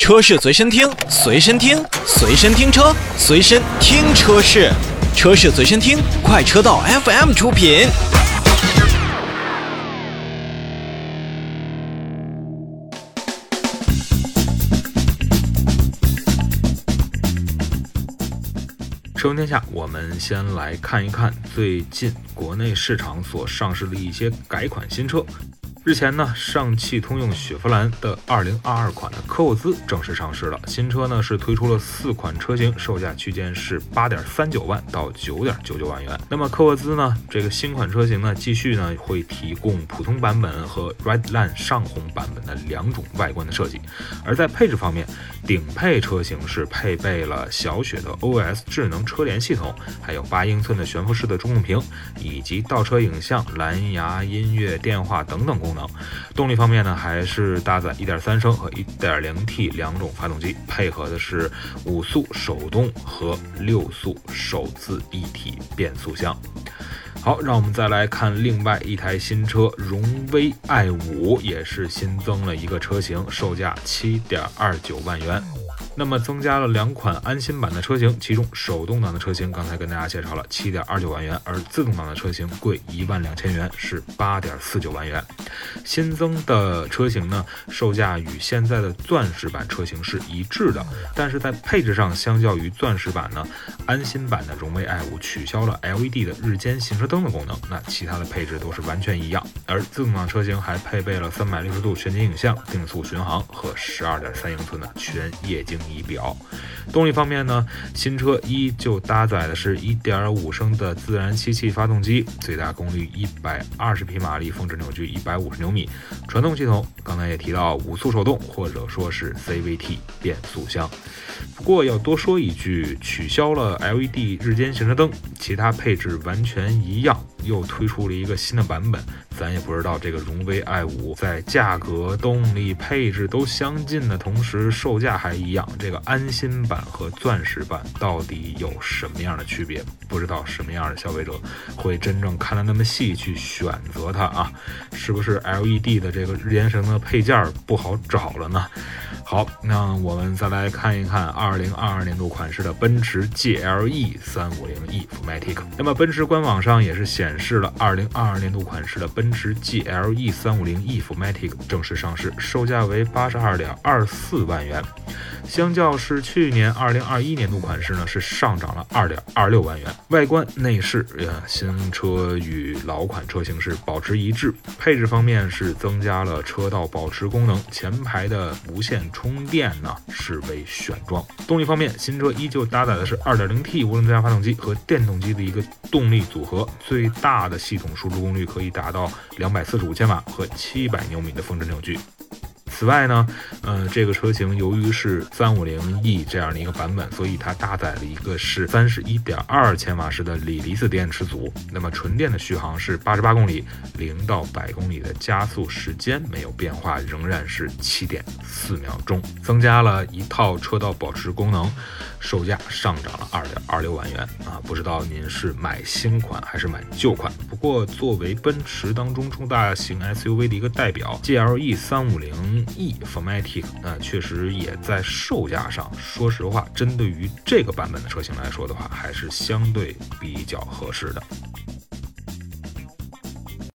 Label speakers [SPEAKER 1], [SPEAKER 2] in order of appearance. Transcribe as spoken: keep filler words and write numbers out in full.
[SPEAKER 1] 车是随身听，随身听，随身听车，随身听车是，车是随身听，快车道 F M 出品。
[SPEAKER 2] 车闻天下，我们先来看一看最近国内市场所上市的一些改款新车。日前呢，上汽通用雪佛兰的二零二二款的科沃兹正式上市了。新车呢是推出了四款车型，售价区间是八点三九万到九点九九万元。那么科沃兹呢，这个新款车型呢，继续呢会提供普通版本和 Redline 上红版本的两种外观的设计。而在配置方面，顶配车型是配备了小雪的 O S 智能车联系统，还有八英寸的悬浮式的中控屏，以及倒车影像、蓝牙、音乐、电话等等功能。动力方面呢，还是搭载 一点三升和 一点零 T 两种发动机，配合的是五速手动和六速手自一体变速箱。好，让我们再来看另外一台新车，荣威 i 五也是新增了一个车型，售价 七点二九万元。那么增加了两款安心版的车型，其中手动挡的车型刚才跟大家介绍了 七点二九万元，而自动挡的车型贵一万两千元，是 八点四九万元。新增的车型呢，售价与现在的钻石版车型是一致的，但是在配置上，相较于钻石版呢，安心版的荣威 i 五取消了 L E D 的日间行车灯的功能，那其他的配置都是完全一样。而自动挡车型还配备了三百六十度全景影像、定速巡航和 十二点三英寸的全液晶仪表。动力方面呢，新车依旧搭载的是 一点五升的自然吸气发动机，最大功率一百二十匹马力，峰值扭矩一百五十牛米。传动系统刚才也提到五速手动或者说是 C V T 变速箱。不过要多说一句，取消了 L E D 日间行车灯，其他配置完全一样，又推出了一个新的版本。咱也不知道这个荣威 i 五在价格、动力、配置都相近的同时，售价还一样，这个安心版和钻石版到底有什么样的区别？不知道什么样的消费者会真正看得那么细去选择它啊？是不是 L E D 的这个日间行的配件不好找了呢？好，那我们再来看一看二零二二年度款式的奔驰 G L E 三五零 E Formatic。那么奔驰官网上也是显示了二零二二年度款式的奔驰 G L E 三五零 E Formatic 正式上市，售价为 八十二点二四万元。相较是去年二零二一年度款式呢，是上涨了 二点二六万元。外观内饰呃，新车与老款车型是保持一致。配置方面是增加了车道保持功能，前排的无线充电呢是为选装。动力方面，新车依旧搭载的是 二点零 T 涡轮增压发动机和电动机的一个动力组合，最大的系统输出功率可以达到两百四十五千瓦和七百牛米的峰值扭矩。此外呢，呃，这个车型由于是 三五零 E 这样的一个版本，所以它搭载了一个是 三十一点二千瓦时的锂离子电池组。那么纯电的续航是八十八公里，零到百公里的加速时间没有变化，仍然是 七点四秒钟。增加了一套车道保持功能，售价上涨了 二点二六万元啊！不知道您是买新款还是买旧款？不过作为奔驰当中中大型 S U V 的一个代表 ，G L E 三五零 E Formatic 那确实也在售价上，说实话，针对于这个版本的车型来说的话，还是相对比较合适的。